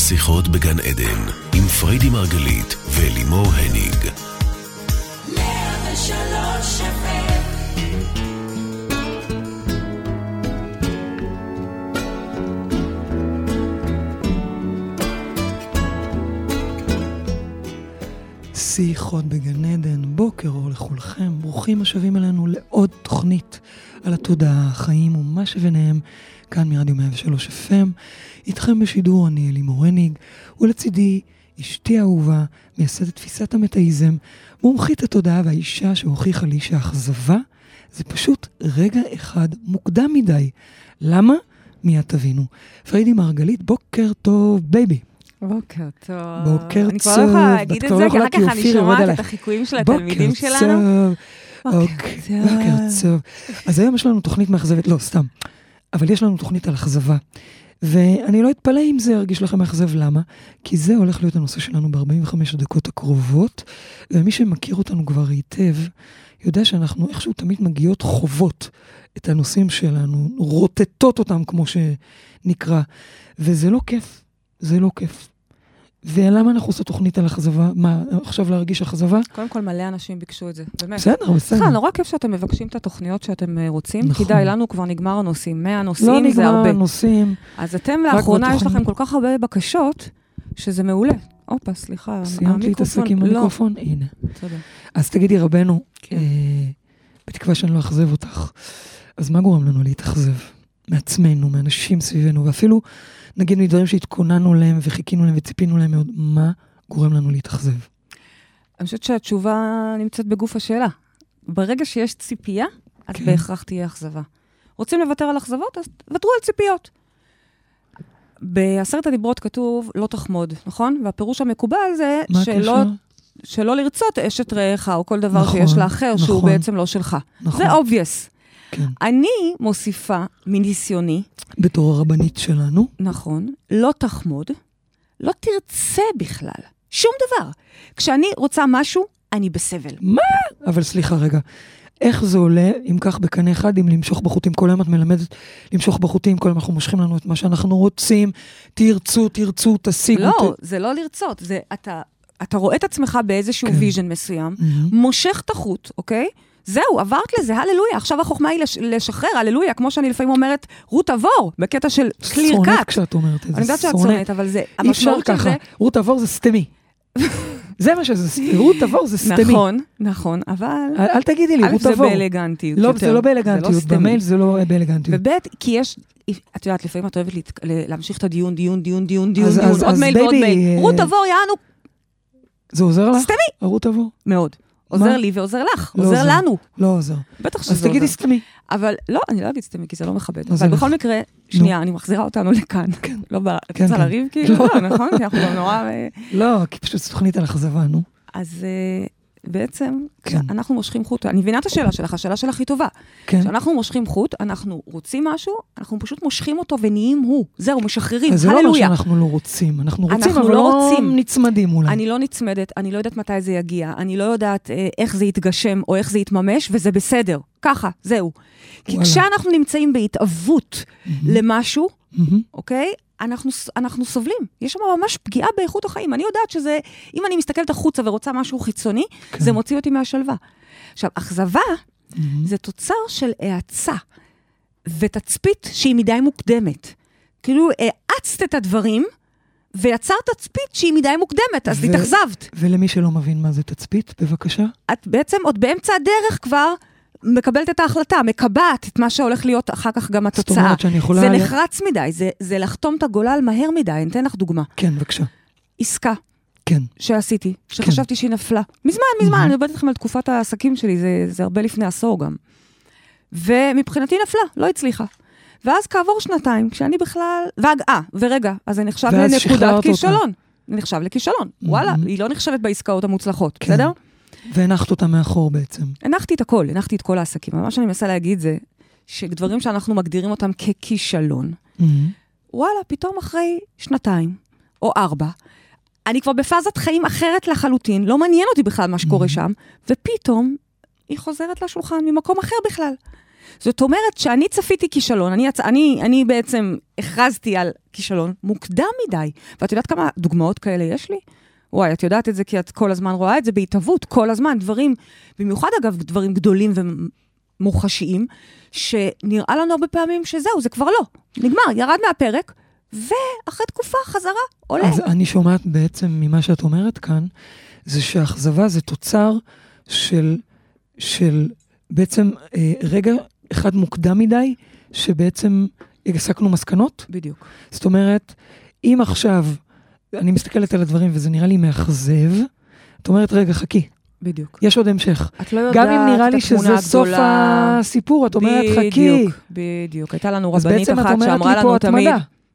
שיחות בגן עדן עם פריידי מרגלית ולימור הניג. 103 שיחות בגן עדן, בוקר אור לכולכם, ברוכים השבים אלינו לעוד תוכנית על התודעה, החיים ומה שביניהם, כאן מרדיו 103 FM, איתכם בשידור אני לימור הניג, ולצידי אשתי האהובה, מייסדת תפיסת המטאיזם, מומחית התודעה והאישה שהוכיחה לי שהאכזבה זה פשוט רגע אחד מוקדם מדי. למה? מיד תבינו. פריידי מרגלית, בוקר טוב בייבי. בוקר טוב. בוקר אני טוב. כבר לא יכולה להגיד את זה, כי אחר כך אני שומעת את החיקויים של התלמידים שלנו. בוקר טוב. אז היום יש לנו תוכנית מאכזבת, לא, סתם. אבל יש לנו תוכנית על אכזבה. ואני לא אתפלא אם זה ירגיש לכם מאכזב. למה? כי זה הולך להיות הנושא שלנו ב-45 הדקות הקרובות, ומי שמכיר אותנו כבר היטב, יודע שאנחנו איכשהו תמיד מגיעות חובות את הנושאים שלנו, רוטטות אותם כמו שנקרא, וזה לא כיף. זה לא כיף. ולמה אנחנו עושים תוכנית על אכזבה? מה, עכשיו להרגיש אכזבה? קודם כל מלא אנשים ביקשו את זה, באמת. בסדר. סליחה, נורא כיף שאתם מבקשים את התוכניות שאתם רוצים, כי די, לנו כבר נגמר הנושאים, 100 נושאים זה הרבה. לא נגמר הנושאים. אז אתם לאחרונה יש לכם כל כך הרבה בקשות, שזה מעולה. אופה, סליחה, סיימתי להתעסק עם המיקרופון? הנה. תודה. אז תגידי רבנו, בתקווה שאני לא אכזב אותך, אז מה גורם לנו להתאכזב? מעצמנו, מאנשים סביבנו, ואפילו נגיד מדברים שהתכוננו להם וחיכינו להם וציפינו להם מאוד, מה גורם לנו להתאכזב? אני חושבת שהתשובה נמצאת בגוף השאלה. ברגע שיש ציפייה, אז בהכרח תהיה אכזבה. רוצים לוותר על אכזבות, אז ותרו על ציפיות. ב10 הדיברות כתוב לא תחמוד, נכון? והפירוש המקובל זה שלא לרצות אשת רעך או כל דבר שיש לאחר שהוא בעצם לא שלך. זה obvious. כן. אני מוסיפה מניסיוני. בתור הרבנית שלנו. נכון. לא תחמוד, לא תרצה בכלל. שום דבר. כשאני רוצה משהו, אני בסבל. מה? אבל סליחה רגע. איך זה עולה, אם כך בקנה אחד, אם למשוך בחוטים, כל היום את מלמדת למשוך בחוטים, כל היום אנחנו מושכים לנו את מה שאנחנו רוצים, תרצו, תשיגו. לא, זה לא לרצות, זה אתה רואה את עצמך באיזשהו ויז'ן מסוים, מושך את החוט, אוקיי? זהו, עברת לזה, הללויה. עכשיו החוכמה היא לשחרר, הללויה, כמו שאני לפעמים אומרת, רות עבור, בקטע של קליר קאט. שונאת כשאת אומרת את זה. אני יודעת שאת שונאת, אבל זה, אי אפשר ככה, רות עבור זה סתמי. זה מה שזה, רות עבור זה סתמי. נכון, אבל... אל תגידי לי, רות עבור. זה באלגנטיות. לא, זה לא באלגנטיות, במייל זה לא באלגנטיות. ובית, כי יש, את יודעת, לפעמים את אוהבת להמשיך את הדיון, עוד מייל ועוד מייל. רות עבור, יענו. זה עוזר לך? סתמי. רות עבור? מאוד. עוזר לי ועוזר לך, עוזר לנו. לא עוזר. בטח שזה עוזר. אז תגידי סתמי. אבל לא, אני לא אגיד סתמי, כי זה לא מכבד. אבל בכל מקרה, שנייה, אני מחזירה אותנו לכאן. לא בא, את רוצה לריב כאילו? לא, נכון? כי אנחנו גם נורא... לא, כי פשוט תוכנית על אכזבה, נו. אז בעצם, אנחנו מושכים חוט, אני מבינה את השאלה שלך, השאלה שלך היא טובה. כשאנחנו מושכים חוט, אנחנו רוצים משהו, אנחנו פשוט מושכים אותו ונהיים הוא. זהו, משחררים, הללויה. זה לא אומר שאנחנו לא רוצים, אנחנו רוצים, אבל לא נצמדים אולי. אני לא נצמדת, אני לא יודעת מתי זה יגיע, אני לא יודעת איך זה יתגשם או איך זה יתממש, וזה בסדר. ככה, זהו. כי כשאנחנו נמצאים בהתאבות למשהו, אוקיי? אנחנו סובלים. יש שם ממש פגיעה באיכות החיים. אני יודעת שזה, אם אני מסתכלת החוצה ורוצה משהו חיצוני, זה מוציא אותי מהשלווה. עכשיו, אכזבה זה תוצר של העצה ותצפית שהיא מדי מוקדמת. כאילו, העצת את הדברים ויצרת תצפית שהיא מדי מוקדמת, אז התאכזבת. ולמי שלא מבין מה זה תצפית, בבקשה? את בעצם עוד באמצע הדרך כבר מקבלת את ההחלטה, מקבעת את מה שהולך להיות אחר כך גם התוצאה. זה נחרץ מדי, זה לחתום את הגולל מהר מדי. אני אתן לך דוגמה. כן, בבקשה. עסקה. כן. שעשיתי, שחשבתי שהיא נפלה. מזמן, אני מדברת לכם על תקופת העסקים שלי, זה הרבה לפני עשור גם. ומבחינתי נפלה, לא הצליחה. ואז כעבור שנתיים, כשאני בכלל... ורגע, אז זה נחשב לנקודת כישלון. זה נחשב לכישלון. וואלה, היא לא נחשבת בעסקאות המוצלחות, בסדר? והנחת אותה מאחור בעצם. הנחתי את הכל, הנחתי את כל העסקים. מה שאני מנסה להגיד זה, שדברים שאנחנו מגדירים אותם ככישלון, וואלה, פתאום אחרי 2 או 4, אני כבר בפאזת חיים אחרת לחלוטין, לא מעניין אותי בכלל מה שקורה שם, ופתאום היא חוזרת לשולחן ממקום אחר בכלל. זאת אומרת שאני צפיתי כישלון, אני בעצם הכרזתי על כישלון מוקדם מדי, ואת יודעת כמה דוגמאות כאלה יש לי? וואי, את יודעת את זה כי את כל הזמן רואה את זה בהתהוות, כל הזמן, דברים, במיוחד אגב דברים גדולים ומוחשיים, שנראה לנו הרבה פעמים שזהו, זה כבר לא. נגמר, ירד מהפרק, ואחרי תקופה חזרה, עולה. אז אני שומעת בעצם ממה שאת אומרת כאן, זה שהאכזבה זה תוצר של בעצם רגע אחד מוקדם מדי, שבעצם הסקנו מסקנות. בדיוק. זאת אומרת, אם עכשיו אני מסתכלת על הדברים וזה נראה לי מאכזב, את אומרת, רגע, חכי. בדיוק. יש עוד המשך. את לא יודעת גם אם נראה לי שזה סוף הסיפור, את אומרת, חכי. בדיוק. הייתה לנו רבנית אחת שאמרה לנו תמיד.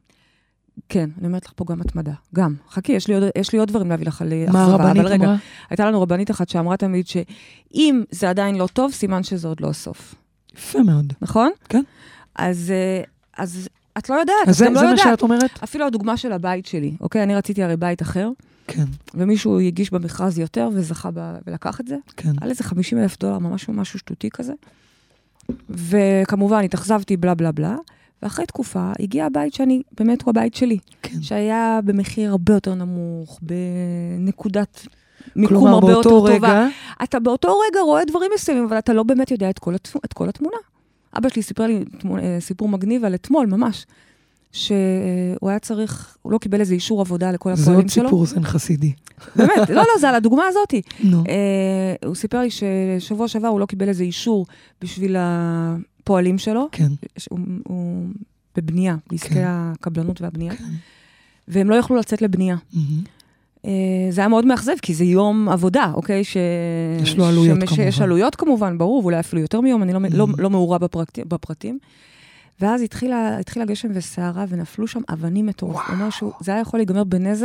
כן, אני אומרת לך פה גם התמדה. גם. חכי, יש לי עוד דברים להביא לך לאכזבה. מה הרבנית אמרה? הייתה לנו רבנית אחת שאמרה תמיד שאם זה עדיין לא טוב, סימן שזה עוד לא הסוף. יפה מאוד. נכון? כן. אז את לא יודעת. אז זה מה שאת אומרת? אפילו הדוגמה של הבית שלי, אוקיי? אני רציתי הרי בית אחר. כן. ומישהו הגיש במכרז יותר וזכה ולקח את זה. כן. על איזה $50,000, ממש משהו שטותי כזה. וכמובן, התאכזבתי בלה בלה בלה. ואחרי תקופה, הגיע הבית שאני, באמת הוא הבית שלי. כן. שהיה במחיר הרבה יותר נמוך, בנקודת מיקום הרבה יותר טובה. אתה באותו רגע רואה דברים מסוימים, אבל אתה לא באמת יודע את כל התמונה. אבא שלי סיפר לי סיפור מגניב על אתמול, ממש. שהוא היה צריך, הוא לא קיבל איזה אישור עבודה לכל הפועלים שלו. זה עוד סיפור זן חסידי. באמת, לא, זה על הדוגמה הזאת. הוא סיפר לי ששבוע שעבר הוא לא קיבל איזה אישור בשביל הפועלים שלו. כן. הוא בבנייה, בעסקי הקבלנות והבנייה. והם לא יכלו לצאת לבנייה. זה היה מאוד מאכזב, כי זה יום עבודה, אוקיי? יש לו עלויות כמובן. יש עלויות כמובן, ברור, ואולי אפילו יותר מיום, אני לא מעורה בפרטים. ואז התחילה גשם וסערה, ונפלו שם אבנים מטורף. הוא אומר שזה היה יכול להיגמר בנזק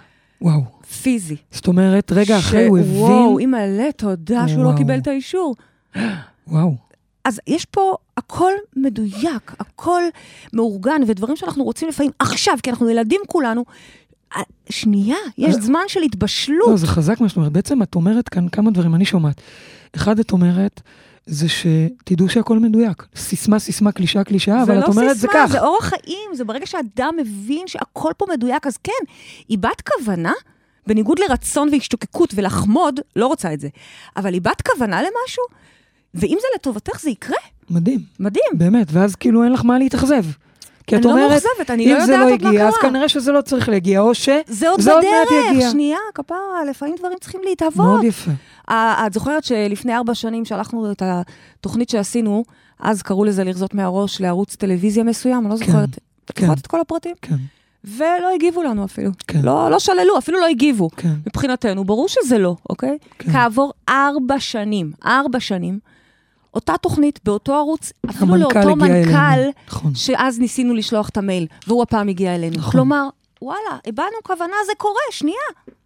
פיזי. זאת אומרת, רגע אחרי הוא הבין... וואו, אימא'לה, תודה שהוא לא קיבל את האישור. וואו. אז יש פה הכל מדויק, הכל מאורגן, ודברים שאנחנו רוצים לפעמים עכשיו, כי אנחנו ילדים כולנו, שנייה, יש זמן של התבשלות. לא, זה חזק מה שאת אומרת. בעצם את אומרת כאן כמה דברים, אני שומעת. אחד, את אומרת, זה שתדעו שהכל מדויק. סיסמה, קלישה, אבל את אומרת זה כך. זה לא סיסמה, זה אורח חיים, זה ברגע שאדם מבין שהכל פה מדויק, אז כן, היא בת כוונה, בניגוד לרצון והשתוקקות ולחמוד, לא רוצה את זה, אבל היא בת כוונה למשהו, ואם זה לטובתך זה יקרה. מדהים. מדהים. באמת, ואז כאילו אין לך מה להתאכזב. כי את אומרת, מאוכזבת, אני לא יודעת אם זה לא עוד מה הגיע, קרה. אז כנראה שזה לא צריך להגיע, או זה עוד בדרך, שנייה, כפרה, לפעמים דברים צריכים להתהוות. מאוד יפה. את זוכרת שלפני 4 שנים שלחנו את התוכנית שעשינו, אז קראו לזה לרזות מהראש לערוץ טלוויזיה מסוים, אני לא זוכרת, את זוכרת את כל הפרטים? כן. ולא הגיבו לנו אפילו. כן. לא שללו, אפילו לא הגיבו. כן. מבחינתנו, ברור שזה לא, אוקיי? כן. כעבור 4 שנים, אותה תוכנית, באותו ערוץ, אפילו לאותו מנכ"ל, שאז ניסינו לשלוח את המייל, והוא הפעם הגיע אלינו. כלומר, וואלה, הבאנו כוונה, זה קורה, שנייה.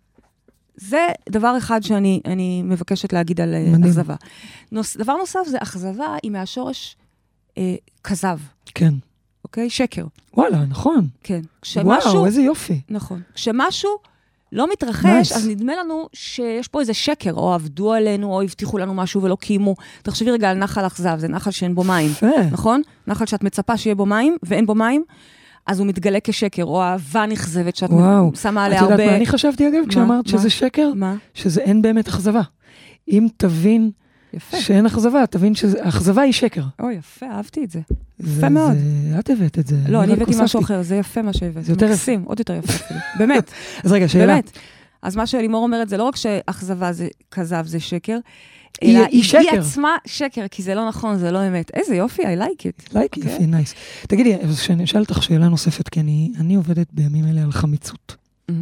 זה דבר אחד שאני מבקשת להגיד על אכזבה. דבר נוסף זה אכזבה היא מהשורש כזב. כן. אוקיי? שקר. וואלה, נכון. כן. וואו, איזה יופי. נכון. כשמשהו לא מתרחש, אז נדמה לנו שיש פה איזה שקר, או עבדו עלינו, או הבטיחו לנו משהו ולא קיימו. תחשבי רגע על נחל אכזב, זה נחל שאין בו מים. נכון? נחל שאת מצפה שיהיה בו מים, ואין בו מים, אז הוא מתגלה כשקר, או אהבה נכזבת שאת שמה עליה הרבה... את יודעת מה אני חשבתי אגב, כשאמרת שזה שקר? שזה אין באמת אכזבה. אם תבין שאין אכזבה, תבין שהאכזבה היא שקר. אוי, יפה, אהבתי את זה. יפה מאוד. את הבאת את זה. לא, אני הבאתי משהו אחר, זה יפה מה שהבאת. זה יותר מקסים, עוד יותר יפה אפילו. באמת. אז רגע, שאלה. באמת. אז מה שלימור אומרת, זה לא רק שאכזבה זה כזב, זה שקר, אלא היא עצמה שקר, כי זה לא נכון, זה לא אמת. איזה יופי, I like it. like it, יופי, נייס. תגידי, שאני אשאל אותך שאלה נוספת, כי אני עובדת בימים אלה על חמיצות.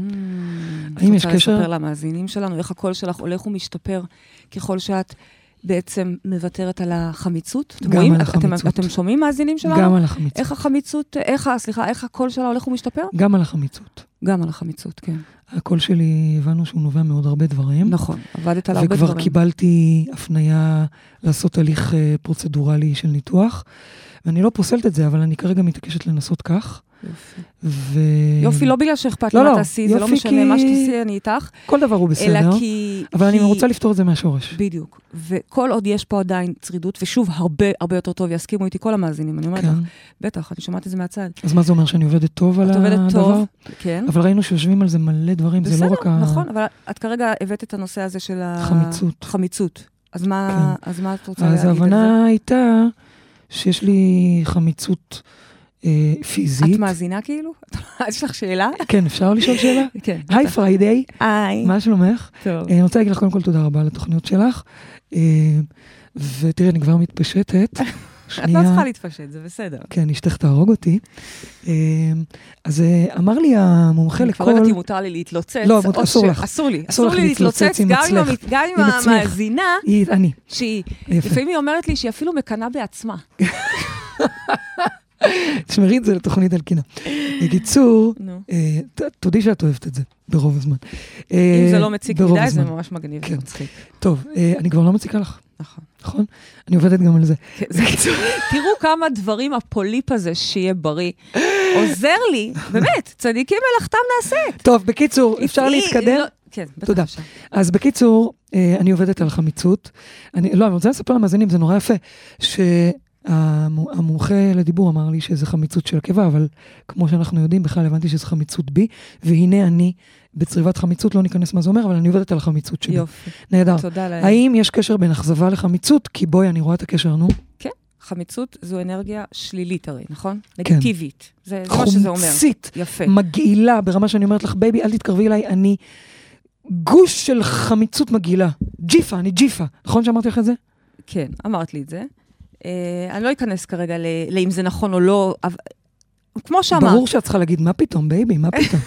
האם יש קשר? רוצה לספר למאזינים שלנו, איך הקול שלך הולך ומשתפר, ככל שאת בעצם מוותרת על החמיצות? גם על החמיצות. אתם שומעים מאזינים שלנו? גם על החמיצות. איך החמיצות, איך הקול שלה הולך ומשתפר? גם על החמיצות. גם על החמיצות, כן. הקול שלי, הבנו שהוא נובע מאוד הרבה דברים. נכון, עבדת על הרבה דברים. וכבר קיבלתי הפניה לעשות הליך פרוצדורלי של ניתוח, ואני לא פוסלת את זה, אבל אני כרגע מתעקשת לנסות כך. יופי, לא בגלל שאכפת לי מה תעשי, זה לא משנה, מה שתעשי אני איתך. כל דבר הוא בסדר, אבל אני רוצה לפתור את זה מהשורש. בדיוק, וכל עוד יש פה עדיין צרידות, ושוב, הרבה יותר טוב, יסכימו איתי כל המאזינים, אני אומרת לך, בטח, אני שומעת את זה מהצד. אז מה זה אומר, שאני עובדת טוב על הדבר? את עובדת טוב, כן. אבל ראינו שיושבים על זה מלא דברים, זה לא רק נכון, אבל את כרגע הבאת את הנושא הזה של החמיצות. אז מה את רוצה להגיד על זה? אז ההבנה הייתה שיש לי חמיצות פיזית. את מאזינה כאילו? יש לך שאלה? כן, אפשר לשאול שאלה? כן. היי פריידיי. היי. מה שלומך? טוב. אני רוצה להגיד לך קודם כל תודה רבה על התוכניות שלך. ותראי, אני כבר מתפשטת. את לא צריכה להתפשט, זה בסדר. כן, אשתך תהרוג אותי. אז אמר לי המומחה לכל... אני כבר יודעת אם מותר לי להתלוצץ. לא, אסור לך. אסור לי להתלוצץ, גם עם המאזינה, שהיא, לפעמים היא אומרת לי שהיא אפילו מקנה בעצמה. תשמרי את זה לתוכנית על קינה. בקיצור, תודי שאת אוהבת את זה, ברוב הזמן. אם זה לא מציק מדי, זה ממש מגניב ומצחיק. טוב, אני כבר לא מציקה לך. נכון. נכון? אני עובדת גם על זה. תראו כמה דברים הפוליפ הזה שיהיה בריא. עוזר לי, באמת, צדיקים מלאכתם נעשית. טוב, בקיצור, אפשר להתקדם? כן, בטח. תודה. אז בקיצור, אני עובדת על חמיצות. אני רוצה לספר למאזינים, זה נורא יפה, שהמומחה לדיבור אמר לי שזה חמיצות של הקיבה, אבל כמו שאנחנו יודעים, בכלל הבנתי שזה חמיצות בי, והנה אני בצריבת חמיצות, לא ניכנס מה זה אומר, אבל אני עובדת על החמיצות שלי. יופי. נהדר. תודה להם. האם יש קשר בין אכזבה לחמיצות? כי בואי, אני רואה את הקשר, נו. כן, חמיצות זו אנרגיה שלילית הרי, נכון? כן. נגטיבית. זה מה שזה אומר. חומצית. יפה. מגעילה, ברמה שאני אומרת לך, בייבי, אל תתקרבי אליי, אני גוש של חמיצות מגעילה. ג'יפה, אני ג'יפה. נכון שאמרתי לך את זה? כן, אמרת לי את זה. אני לא אכנס כרגע לאם זה נכון או לא, אבל כמו שאמרת. ברור שאת צריכה להגיד, מה פתאום, בייבי, מה פתאום?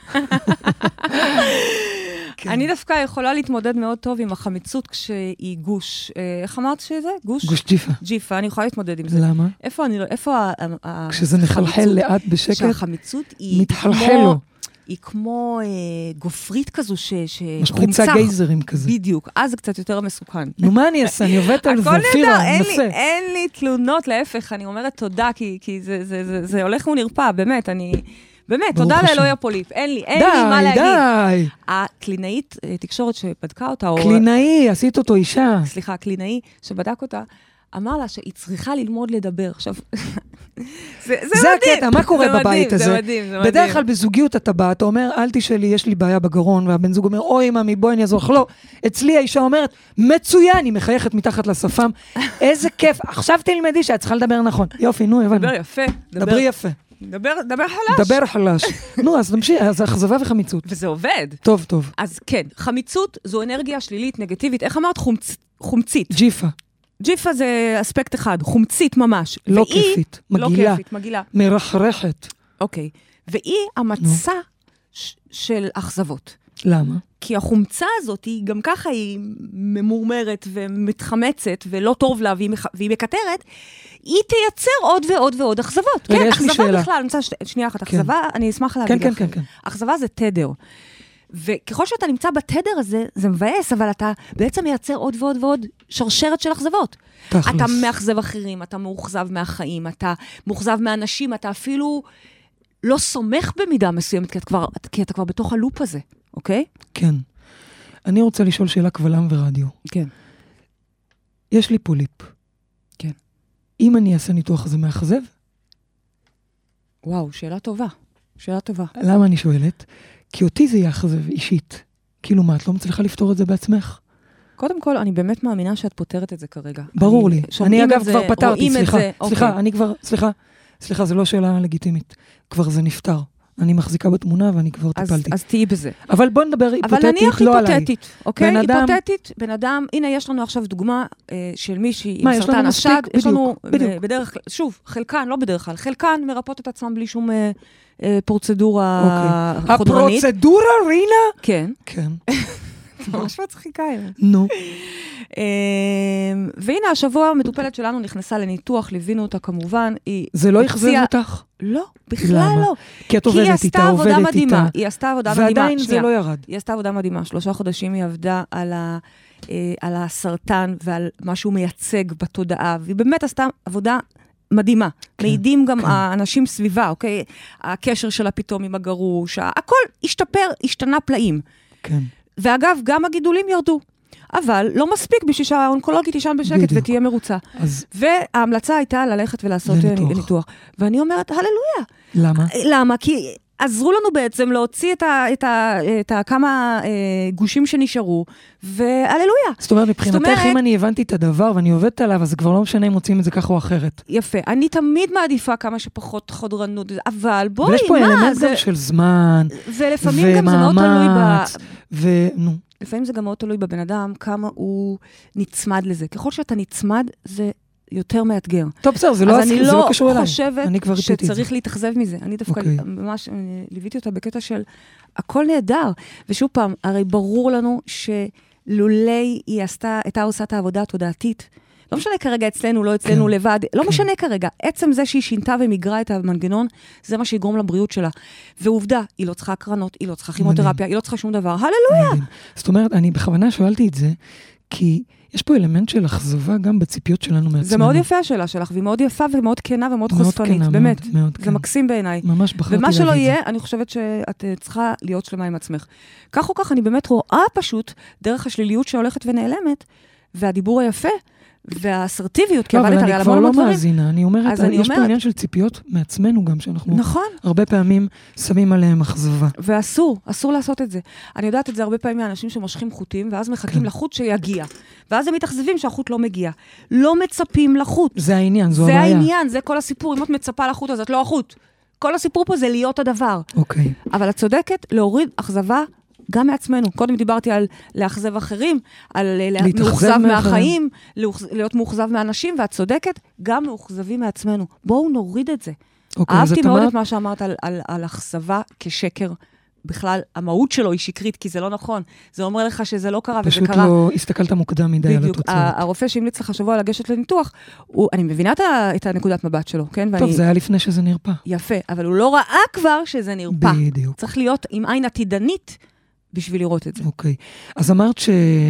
אני דווקא יכולה להתמודד מאוד טוב עם החמיצות כשהיא גוש, איך אמרת שזה? גוש? גוש ג'יפה. ג'יפה, אני יכולה להתמודד עם זה. למה? איפה כשזה מחלחל לאט בשקט, שהחמיצות היא מתחלחל לו. היא כמו גופרית כזו משפריצה גייזרים כזה. בדיוק, אז זה קצת יותר מסוכן. נו, מה אני אעשה? אני עובדת על זפירה, אני נושא. אין לי תלונות, להפך, אני אומרת תודה, כי זה הולך ונרפא, באמת, באמת, תודה לאלוהי הפוליפ, אין לי מה להגיד. די. הקלינאית תקשורת שבדקה אותה, קלינאי, עשית אותו אישה. סליחה, הקלינאי שבדק אותה, אמר לה שהיא צריכה ללמוד לדבר. עכשיו, זה הקטע, מה קורה בבית הזה? זה מדהים. בדרך כלל בזוגיות אתה בא, אתה אומר, אל תשאלי, יש לי בעיה בגרון, והבן זוג אומר, אוי ממי, בואי אני אעזור לך. לא, אצלי האישה אומרת, מצוין, היא מחייכת מתחת לשפם, איזה כיף, עכשיו תלמדי שאת צריכה לדבר נכון. יופי, נו, הבנו. דבר יפה. דברי יפה. דבר חלש. דבר חלש. נו, אז נמשיך, אז אכזבה וחמיצות. וזה עובד. טוב. אז כן, חמיצות זו אנרגיה שלילית, נגטיבית. איך אמרת? חומצית. ג'יפה. ג'יפה זה אספקט אחד, חומצית ממש. לא כיפית, מגעילה. לא כיפית, מגעילה. מרחרחת. אוקיי. והיא המצע של אכזבות. למה? כי החומצה הזאת היא גם ככה היא ממורמרת ומתחמצת ולא טוב לה והיא מקטרת, היא תייצר עוד ועוד ועוד אכזבות. כן, אכזבה בכלל, אני רוצה שנייה אחת, אכזבה, אני אשמח להגיד לך. כן. אכזבה זה תדר. וככל שאתה נמצא בתדר הזה, זה מבאס, אבל אתה בעצם מייצר עוד ועוד ועוד שרשרת של אכזבות. תכלס. אתה מאכזב אחרים, אתה מאוכזב מהחיים, אתה מאוכזב מהאנשים, אתה אפילו לא סומך במידה מסוימת, כי אתה כבר בתוך הלופ הזה, אוקיי? כן. אני רוצה לשאול שאלה קבלם ורדיו. כן. יש לי פוליפ. כן. אם אני אעשה ניתוח זה מאכזב? וואו, שאלה טובה. שאלה טובה. למה אני שואלת? כי אותי זה יאכזב אישית. כאילו מה, את לא מצליחה לפתור את זה בעצמך? קודם כל, אני באמת מאמינה שאת פותרת את זה כרגע. ברור לי. אני אגב כבר פתרתי, סליחה, זה לא שאלה לגיטימית. כבר זה נפטר. אני מחזיקה בתמונה ואני כבר טיפלתי. אז תהיי בזה. אבל בוא נדבר היפותטית, לא עליי. אבל נניח היפותטית, אוקיי? היפותטית, בן אדם, הנה יש לנו עכשיו דוגמה של מישהי עם סרטן השד. יש לנו בדרך כלל, שוב, חלקן, לא בדרך כלל, חלקן מרפאות את עצמם בלי שום פרוצדורה חודרנית. הפרוצדורה, רינה? כן. כן. ממש מצחיקה. נו. והנה, השבוע המטופלת שלנו נכנסה לניתוח, ליווינו אותה כמובן. זה לא יחזב אותך? לא, בכלל לא. כי את עובדת איתה, עובדת איתה. היא עשתה עבודה מדהימה. ועדיין זה לא ירד. היא עשתה עבודה מדהימה. 3 חודשים היא עבדה על הסרטן ועל מה שהוא מייצג בתודעה. והיא באמת עשתה עבודה מדהימה. מעידים גם האנשים סביבה, אוקיי? הקשר שלה פתאום עם הגרוש, הכל השתנה פלאים. כן. ואגב, גם הגידולים ירדו. אבל לא מספיק בשביל שהאונקולוגית תישן בשקט ותהיה מרוצה. וההמלצה הייתה ללכת ולעשות ניתוח. ואני אומרת, הללויה. למה? למה? כי עזרו לנו בעצם להוציא את כמה גושים שנשארו, והללויה. זאת אומרת, מבחינתך, אם אני הבנתי את הדבר ואני עובדת עליו, אז זה כבר לא משנה אם מוצאים את זה ככה או אחרת. יפה. אני תמיד מעדיפה כמה שפחות חודרנות, אבל בואי, מה? ויש פה אלמנט גם של זמן, ולפעמים גם זה מאוד תלוי נו. לפעמים זה גם מאוד תלוי בבן אדם, כמה הוא נצמד לזה. ככל שאתה נצמד, זה יותר מאתגר. טוב, בסדר, זה לא קשור אליי. אז אני לא חושבת שצריך להתאכזב מזה. אני דווקא ממש ליוויתי אותה בקטע של הכל נהדר. ושוב פעם, הרי ברור לנו שלולי היא הייתה עושה את העבודה התודעתית. לא משנה כרגע אצלנו, לא אצלנו לבד, לא משנה כרגע. עצם זה שהיא שינתה ומיגרה את המנגנון, זה מה שיגרום לבריאות שלה. ועובדה, היא לא צריכה הקרנות, היא לא צריכה כימותרפיה, היא לא צריכה שום דבר. הללויה! זאת אומרת, אני בכוונה שואלתי את זה, כי יש פה אלמנט של אכזבה גם בציפיות שלנו מעצמנו. זה מאוד יפה השאלה שלך, והיא מאוד יפה ומאוד כנה ומאוד חושפנית, באמת. זה מקסים בעיניי. ממש בחרתי להביא את זה. ומה שלא יהיה, אני חושבת שאת צריכה להיות שלמה עם עצמך. כך או כך, אני באמת רואה פשוט דרך השליליות שהולכת ונעלמת, והדיבור היפה, והאסרטיביות, כי עבדת הרי על המון דברים. אני כבר לא מאזינה, אני אומרת, יש פה עניין של ציפיות מעצמנו גם, שאנחנו הרבה פעמים שמים עליהם אכזבה. אסור לעשות את זה. אני יודעת את זה הרבה פעמים מאנשים שמושכים חוטים, ואז מחכים לחוט שיגיע. ואז הם מתאכזבים שהחוט לא מגיע. לא מצפים לחוט. זה העניין, זו הבעיה. זה העניין, זה כל הסיפור. אם את מצפה לחוט, אז את לא החוט. כל הסיפור פה זה להיות הדבר. אוקיי. אבל את צודקת, להוריד אכזבה גם מעצמנו. קודם דיברתי על לאכזב אחרים, על מאוכזב מהחיים, להיות מאוכזב מהאנשים, ואת צודקת, גם מאוכזבים מעצמנו. בואו נוריד את זה. אהבתי מאוד את מה שאמרת על אכזבה כשקר. בכלל, המהות שלו היא שקרית, כי זה לא נכון. זה אומר לך שזה לא קרה, וזה קרה. פשוט לא הסתכלת מוקדם מדי על התוצאות. הרופא שהמליץ לך שבוע לגשת לניתוח, אני מבינה את הנקודת מבט שלו, כן? טוב, זה היה לפני שזה נרפא. יפה, אבל הוא לא ראה כבר שזה נרפא. בדיוק. צריך להיות עם עין עתידנית, בשביל לראות את זה. אוקיי. אז אמרת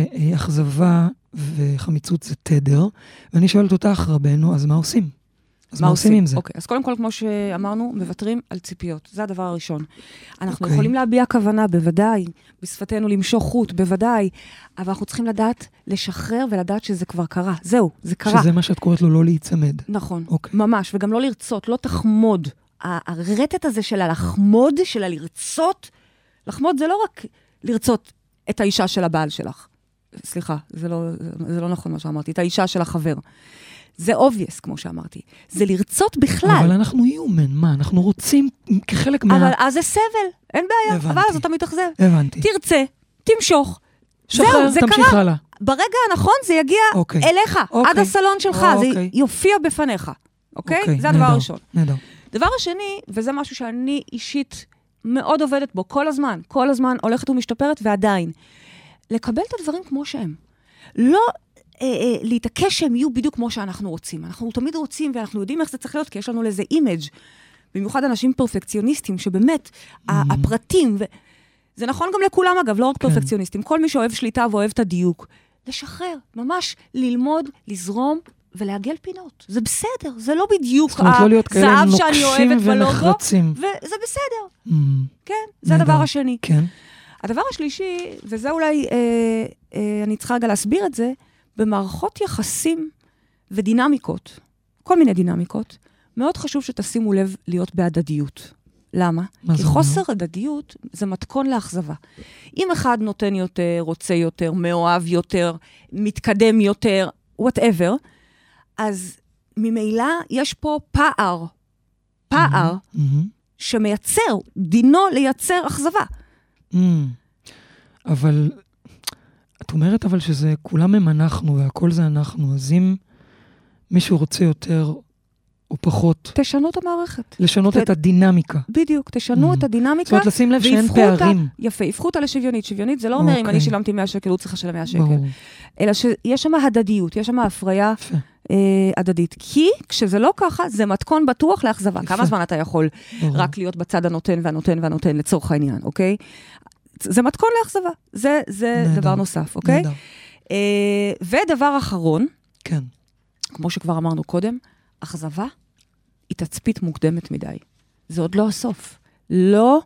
שאכזבה וחמיצות זה תדר, ואני שואלת אותך, רבנו, אז מה עושים? אז מה עושים עם זה? אוקיי, אז קודם כל, כמו שאמרנו, מוותרים על ציפיות. זה הדבר הראשון. אנחנו יכולים להביע כוונה, בוודאי, בשפתנו למשוך חוט, בוודאי, אבל אנחנו צריכים לדעת, לשחרר ולדעת שזה כבר קרה. זהו, זה קרה. שזה מה שאת קוראת לו לא להיצמד. נכון, ממש, וגם לא לרצות, לא תחמוד. הרטט הזה של הלחמוד, של הלרצות, לחמוד זה לא רק לרצות את האישה של הבעל שלך. סליחה, זה לא נכון מה שאמרתי, את האישה של החבר. זה obvious, כמו שאמרתי. זה לרצות בכלל. אבל אנחנו human, מה? אנחנו רוצים כחלק אבל אז זה סבל, אין בעיה. הבנתי. אבל אז אתה מתאכזב. הבנתי. תרצה, תמשוך. שחרר, תמשיך הלאה. ברגע הנכון זה יגיע אליך, עד הסלון שלך, זה יופיע בפניך. אוקיי? זה הדבר הראשון. נהדר. דבר השני, וזה משהו שאני אישית מאוד עובדת בו, כל הזמן הולכת ומשתפרת, ועדיין, לקבל את הדברים כמו שהם. לא להתעקש שהם יהיו בדיוק כמו שאנחנו רוצים. אנחנו תמיד רוצים, ואנחנו יודעים איך זה צריך להיות, כי יש לנו לזה אימג', במיוחד אנשים פרפקציוניסטים, שבאמת, הפרטים, זה נכון גם לכולם אגב, לא רק פרפקציוניסטים, כל מי שאוהב שליטה ואוהב את הדיוק, לשחרר, ממש ללמוד, לזרום, ולהגל פינות. זה בסדר, זה לא בדיוק הזהב שאני אוהבת בלוגו, וזה בסדר. כן, זה הדבר השני. כן. הדבר השלישי, וזה אולי, אני צריכה רגע להסביר את זה, במערכות יחסים ודינמיקות, כל מיני דינמיקות, מאוד חשוב שתשימו לב להיות בהדדיות. למה? כי חוסר הדדיות זה מתכון לאכזבה. אם אחד נותן יותר, רוצה יותר, מאוהב יותר, מתקדם יותר, whatever, אז ממילא יש פה פער שמייצר, דינו לייצר אכזבה. אבל את אומרת אבל שזה כולם הם אנחנו והכל זה אנחנו, אז אם מישהו רוצה יותר או פחות... תשנו את המערכת. לשנות את הדינמיקה. בדיוק, תשנו את הדינמיקה. זאת אומרת, לשים לב שאין פערים. יפה, הפכו אותה לשוויונית. שוויונית זה לא אומר אם אני שילמתי 100 שקל, הוא צריך לשלם 100 שקל. אלא שיש שם הדדיות, יש שם הפריה הדדית. כי כשזה לא ככה, זה מתכון בטוח לאכזבה. כמה זמן אתה יכול רק להיות בצד הנותן והנותן והנותן לצורך העניין, אוקיי? זה מתכון לאכזבה. זה דבר נוסף, אוקיי? ודבר אחרון, כן. כמו שכבר אמרנו קודם, אכזבה היא תצפית מוקדמת מדי. זה עוד לא הסוף. לא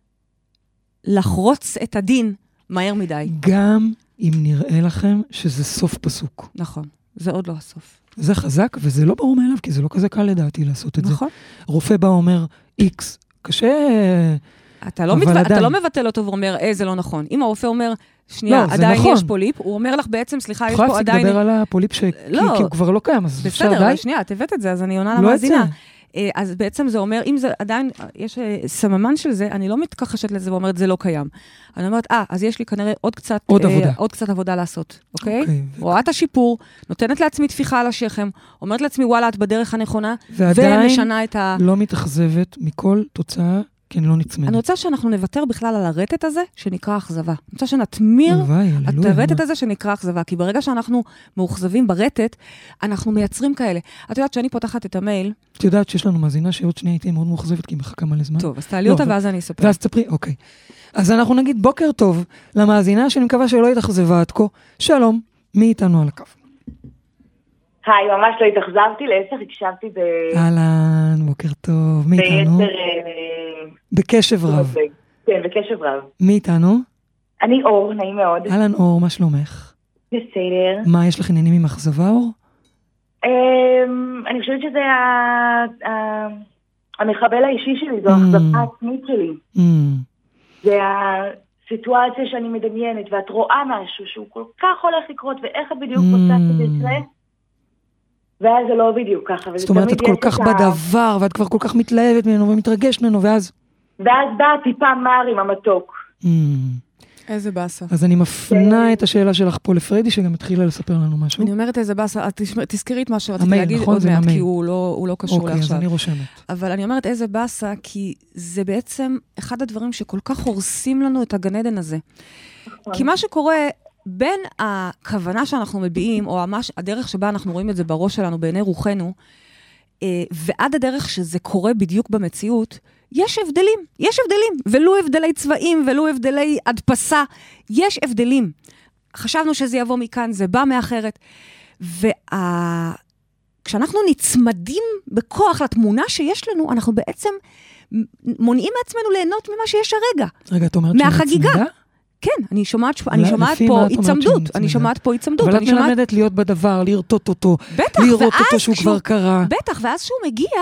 לחרוץ את הדין מהר מדי. גם אם נראה לכם שזה סוף פסוק. נכון, זה עוד לא הסוף. זה חזק, וזה לא ברור מאליו, כי זה לא כזה קל לדעתי לעשות את נכון. זה. רופא בא אומר, X, קשה... אתה לא מבטל אותו ואומר, זה לא נכון. אם הרופא אומר, שנייה, לא, עדיין נכון. יש פוליפ, הוא אומר לך בעצם, סליחה, יש פה עדיין... יכולה לדבר על הפוליפ כי הוא כבר לא קיים, אז אפשר די? בסדר, שנייה, את הבאת את זה, אז אני עונה למאזינה. אז בעצם זה אומר, אם זה עדיין, יש סממן של זה, אני לא מתכחשת לזה ואומרת, זה לא קיים. אני אומרת, אז יש לי כנראה עוד קצת עבודה לעשות, אוקיי? רואה את השיפור, נותנת לעצמי תפיחה על השכם, אומרת לעצמי, וואלה, את בדרך הנכונה, ומשנה את ה... ועדיין לא מתאכזבת מכל תוצאה, כי אני לא נצמדת. אני רוצה שאנחנו נוותר בכלל על הרטט הזה, שנקרא אכזבה. אני רוצה שנתמיר את הרטט הזה שנקרא אכזבה, כי ברגע שאנחנו מאוכזבים ברטט, אנחנו מייצרים כאלה. את יודעת שאני פותחת את המייל. את יודעת שיש לנו מאזינה שעוד שנייה הייתי מאוד מאוכזבת, כי היא מחכה מלא זמן. טוב, אז תעלי אותה ואז אני אספר. ואז תספרי, אוקיי. אז אנחנו נגיד בוקר טוב למאזינה, שאני מקווה שלא התאכזבה עד כה. שלום, מי איתנו על הקו? היי, ממש לא התאכזבתי, להפך, הקשבתי אהלן, בוקר טוב, מי איתנו? בקשב רב. כן, בקשב רב. מי איתנו? אני אור, נעים מאוד. אהלן אור, מה שלומך? בסדר. מה, יש לך עניינים עם אכזבה, אור? אני חושבת שזה המחבל האישי שלי, זו האכזבה העצמית שלי. זה הסיטואציה שאני מדמיינת, ואת רואה משהו שהוא כל כך הולך לקרות, ואיך את בדיוק רוצה שזה יקרה, ואז זה לא בדיוק ככה. זאת אומרת, את כל כך בדבר, ואת כבר כל כך מתלהבת ממנו ומתרגשת ממנו, ואז באה טיפה מר עם המתוק. איזה באסה. אז אני מפנה את השאלה שלך פה לפריידי, שגם התחילה לספר לנו משהו. אני אומרת איזה באסה, תזכרי את מה שרציתי להגיד עוד מעט, כי הוא לא קשור לעכשיו. אוקיי, אז אני רושמת. אבל אני אומרת איזה באסה, כי זה בעצם אחד הדברים שכל כך הורסים לנו את הגן עדן הזה. כי מה שקורה בין הכוונה שאנחנו מביעים, או הדרך שבה אנחנו רואים את זה בראש שלנו, בעיני רוחנו, ועד הדרך שזה קורה בדיוק במציאות, יש הבדלים, ולו הבדלי צבעים, ולו הבדלי הדפסה, יש הבדלים. חשבנו שזה יבוא מכאן, זה בא מאחרת. כשאנחנו נצמדים בכוח לתמונה שיש לנו, אנחנו בעצם מונעים מעצמנו ליהנות ממה שיש הרגע. רגע, את אומרת מהחגיגה. כן, אני שומעת פה הצמדות. אבל את מלמדת להיות בדבר, לראות אותו, לראות אותו שהוא כבר קרה. בטח, ואז שהוא מגיע,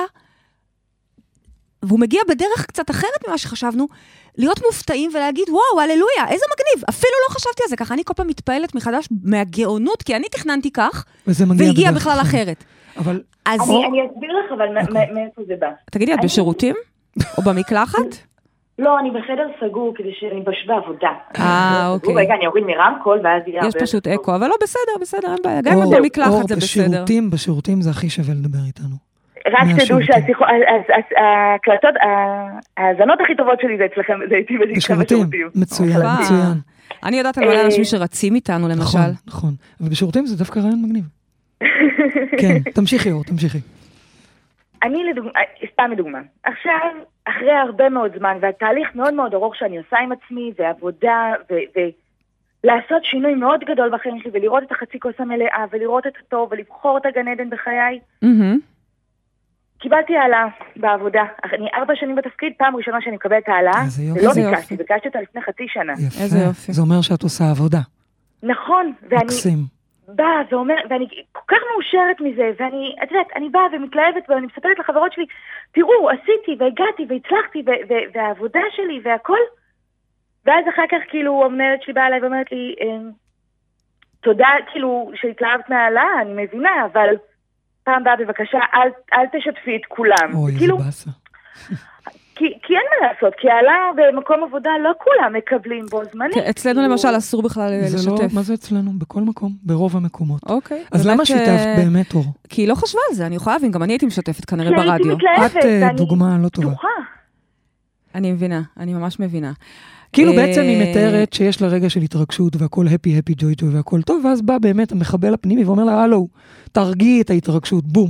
והוא מגיע בדרך קצת אחרת ממה שחשבנו, להיות מופתעים ולהגיד, וואו, הללויה, איזה מגניב, אפילו לא חשבתי על זה ככה, אני כל פעם מתפעלת מחדש מהגאונות, כי אני תכננתי כך, והגיע בכלל אחרת. אני אסביר לך, אבל מאיפה זה בא. תגידי, את בשירותים? או במקלחת? לא, אני בחדר סגור, כדי שאני בעבודה. אוקיי. רגע, אני אוריד מרמקול, ואז יהיה הרבה... יש פשוט אקו, אבל לא בסדר, אין בעיה. גם אם במקלחת זה בסדר. בשירותים זה הכי שווה לדבר איתנו. רק תדעו שההקלטות, ההאזנות הכי טובות שלי זה אצלכם, זה איתי בשירותים. מצוין. אני יודעת על מלא אנשים שרצים איתנו, למשל. נכון. אבל בשירותים זה דווקא רעיון מגניב. כן, תמשיכי אור, תמשיכי. אני סתם לדוגמה. עכשיו, אחרי הרבה מאוד זמן, והתהליך מאוד מאוד ארוך שאני עושה עם עצמי, ועבודה, ולעשות שינוי מאוד גדול בחיים שלי, ולראות את החצי כוס המלאה, ולראות את הטוב, ולבחור את הגן עדן בחיי. קיבלתי העלה בעבודה. אני 4 שנים בתפקיד, פעם ראשונה שאני מקבלת העלה, ולא ביקשתי אותה לפני חצי שנה. יפה, זה אומר שאת עושה עבודה. נכון, ואני באה ואומר, ואני כל כך מאושרת מזה, ואני, את יודעת, אני באה ומתלהבת, ואני מספרת לחברות שלי, תראו, עשיתי והגעתי והצלחתי, והעבודה שלי והכל, ואז אחר כך כאילו המנהלת שלי באה אליי ואומרת לי, תודה כאילו שהתלהבת מהעלה, אני מבינה, אבל פעם באה בבקשה, אל תשתפי את כולם. אוי, כאילו, זה באסה. כי אין מה לעשות, כי העלה במקום עבודה לא כולם מקבלים בו זמנים. אצלנו למשל אסור בכלל לשתף. מה זה אצלנו? בכל מקום, ברוב המקומות. אוקיי. אז למה שיתפת באמת אור? כי היא לא חשבה על זה, אני יכולה להבין, גם אני הייתי משתפת כנראה ברדיו. את דוגמה לא טובה. אני מבינה, אני ממש מבינה. כאילו בעצם היא מתארת שיש לה רגע של התרגשות והכל הפי ג'וי והכל טוב, ואז בא באמת המחבל הפנימי ואומר לה, הלו, תרגיעי את ההתרגשות, בום.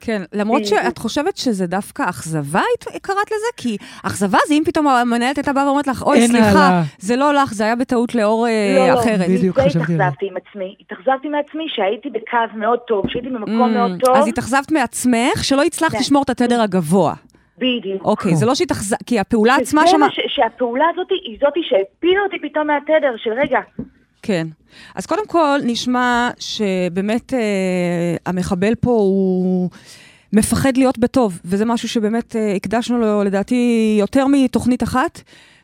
כן, למרות שאת חושבת שזה דווקא אכזבה, קראת לזה? כי אכזבה זה אם פתאום המנהלת הייתה באה ואומרת לך, אוי, סליחה, זה לא לך, זה היה בטעות לאור אחרת. בדיוק חשבתי על זה. התאכזבתי מעצמי שהייתי בקו מאוד טוב, שהייתי במקום מאוד טוב. אז התאכזבת מעצמך, שלא הצלחת לשמור את התדר הגבוה. בדיוק. אוקיי, זה לא שהתאכזבת, כי הפעולה עצמה שמה... שהפעולה הזאת היא זאת שהפילה אותי פתאום מהתדר של רגע. כן. אז קודם כל נשמע שבאמת המחבל פה הוא מפחד להיות בטוב, וזה משהו שבאמת הקדשנו לו לדעתי יותר מתוכנית אחת,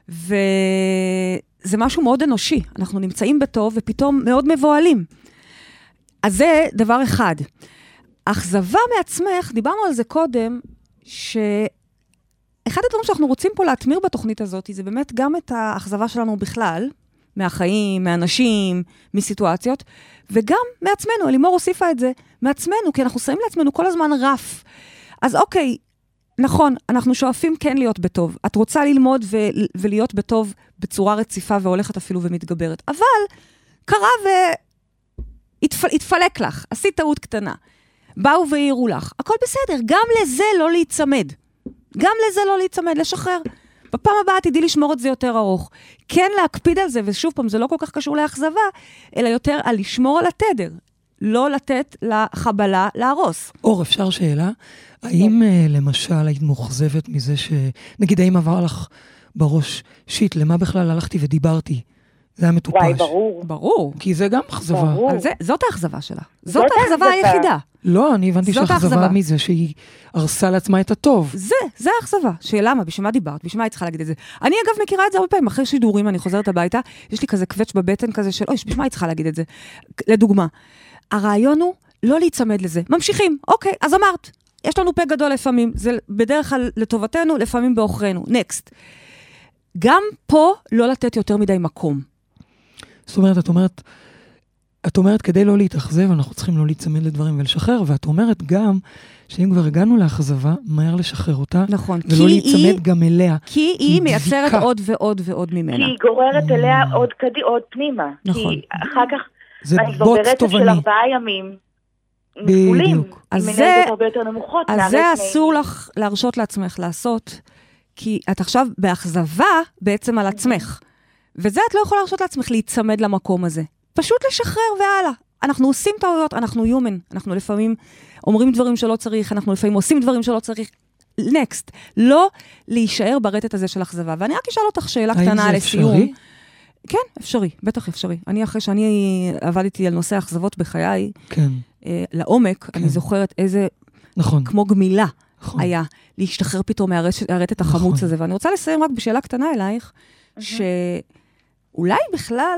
וזה משהו מאוד אנושי. אנחנו נמצאים בטוב ופתאום מאוד מבועלים. אז זה דבר אחד. אכזבה מעצמך, דיברנו על זה קודם, שאחד הדברים שאנחנו רוצים פה להתמיר בתוכנית הזאת, זה באמת גם את האכזבה שלנו בכלל, מהחיים, מאנשים, מסיטואציות, וגם מעצמנו, אלימור הוסיפה את זה, מעצמנו, כי אנחנו שמים לעצמנו כל הזמן רף. אז אוקיי, נכון, אנחנו שואפים כן להיות בטוב. את רוצה ללמוד ולהיות בטוב בצורה רציפה והולכת אפילו ומתגברת. אבל קרה התפלק לך, עשית טעות קטנה. באו והעירו לך. הכל בסדר, גם לזה לא להיצמד. גם לזה לא להיצמד, לשחרר. בפעם הבאה תדעי לשמור את זה יותר ארוך. כן להקפיד על זה, ושוב פעם, זה לא כל כך קשור לאכזבה, אלא יותר על לשמור על התדר. לא לתת לחבלה להרוס. אור, אפשר שאלה? האם למשל היית מוחזבת מזה נגיד, האם עבר לך בראש, שיט, למה בכלל הלכתי ודיברתי? זה היה מטופש. וואי, ברור. ברור. כי זה גם אכזבה. זאת האכזבה שלה. זאת האכזבה היחידה. לא, אני הבנתי שהאכזבה מזה, שהיא הרסה לעצמה את הטוב. זה האכזבה. שלמה, בשביל מה דיברת? בשביל מה היא צריכה להגיד את זה? אני אגב מכירה את זה הרבה פעמים, אחרי שידורים אני חוזרת הביתה, יש לי כזה קווץ' בבטן כזה של, אוי, בשביל מה היא צריכה להגיד את זה? לדוגמה, הרעיון הוא לא להיצמד לזה. ממשיכים, אוקיי, אז אמרת, יש לנו פה גדול לפעמים, זה בדרך כלל לטובתנו, לפעמים באוכרנו. נקסט. גם פה לא לתת יותר מדי מקום. זאת אומרת, את אומרת, כדי לא להתאכזב, אנחנו צריכים לא להיצמד לדברים ולשחרר, ואת אומרת גם, שאם כבר הגענו לאכזבה, מהר לשחרר אותה, נכון, ולא להיצמד גם אליה. כי היא מייצרת עוד ועוד ועוד ממנה. כי היא גוררת אליה עוד פנימה. נכון. כי אחר כך, זה אני כבר ברצף של 4 ימים, נפולים, עם אנרגיות הרבה יותר נמוכות. אז זה אסור לך להרשות לעצמך לעשות, כי את עכשיו באכזבה בעצם על עצמך. וזה את לא יכולה להרשות לעצמך להיצמד למקום הזה. פשוט לשחרר והלאה. אנחנו עושים טעויות, אנחנו human. אנחנו לפעמים אומרים דברים שלא צריך, אנחנו לפעמים עושים דברים שלא צריך. Next. לא להישאר ברטט הזה של אכזבה. ואני רק אשאל אותך שאלה קטנה לסיום. אפשרי? כן, אפשרי, בטח אפשרי. אני אחרי שאני עבדתי על נושא אכזבות בחיי, כן. לעומק, אני זוכרת איזה, נכון. כמו גמילה היה, להשתחרר פתאום מהרטט החמוץ הזה. ואני רוצה לסיים רק בשאלה קטנה אלייך, שאולי בכלל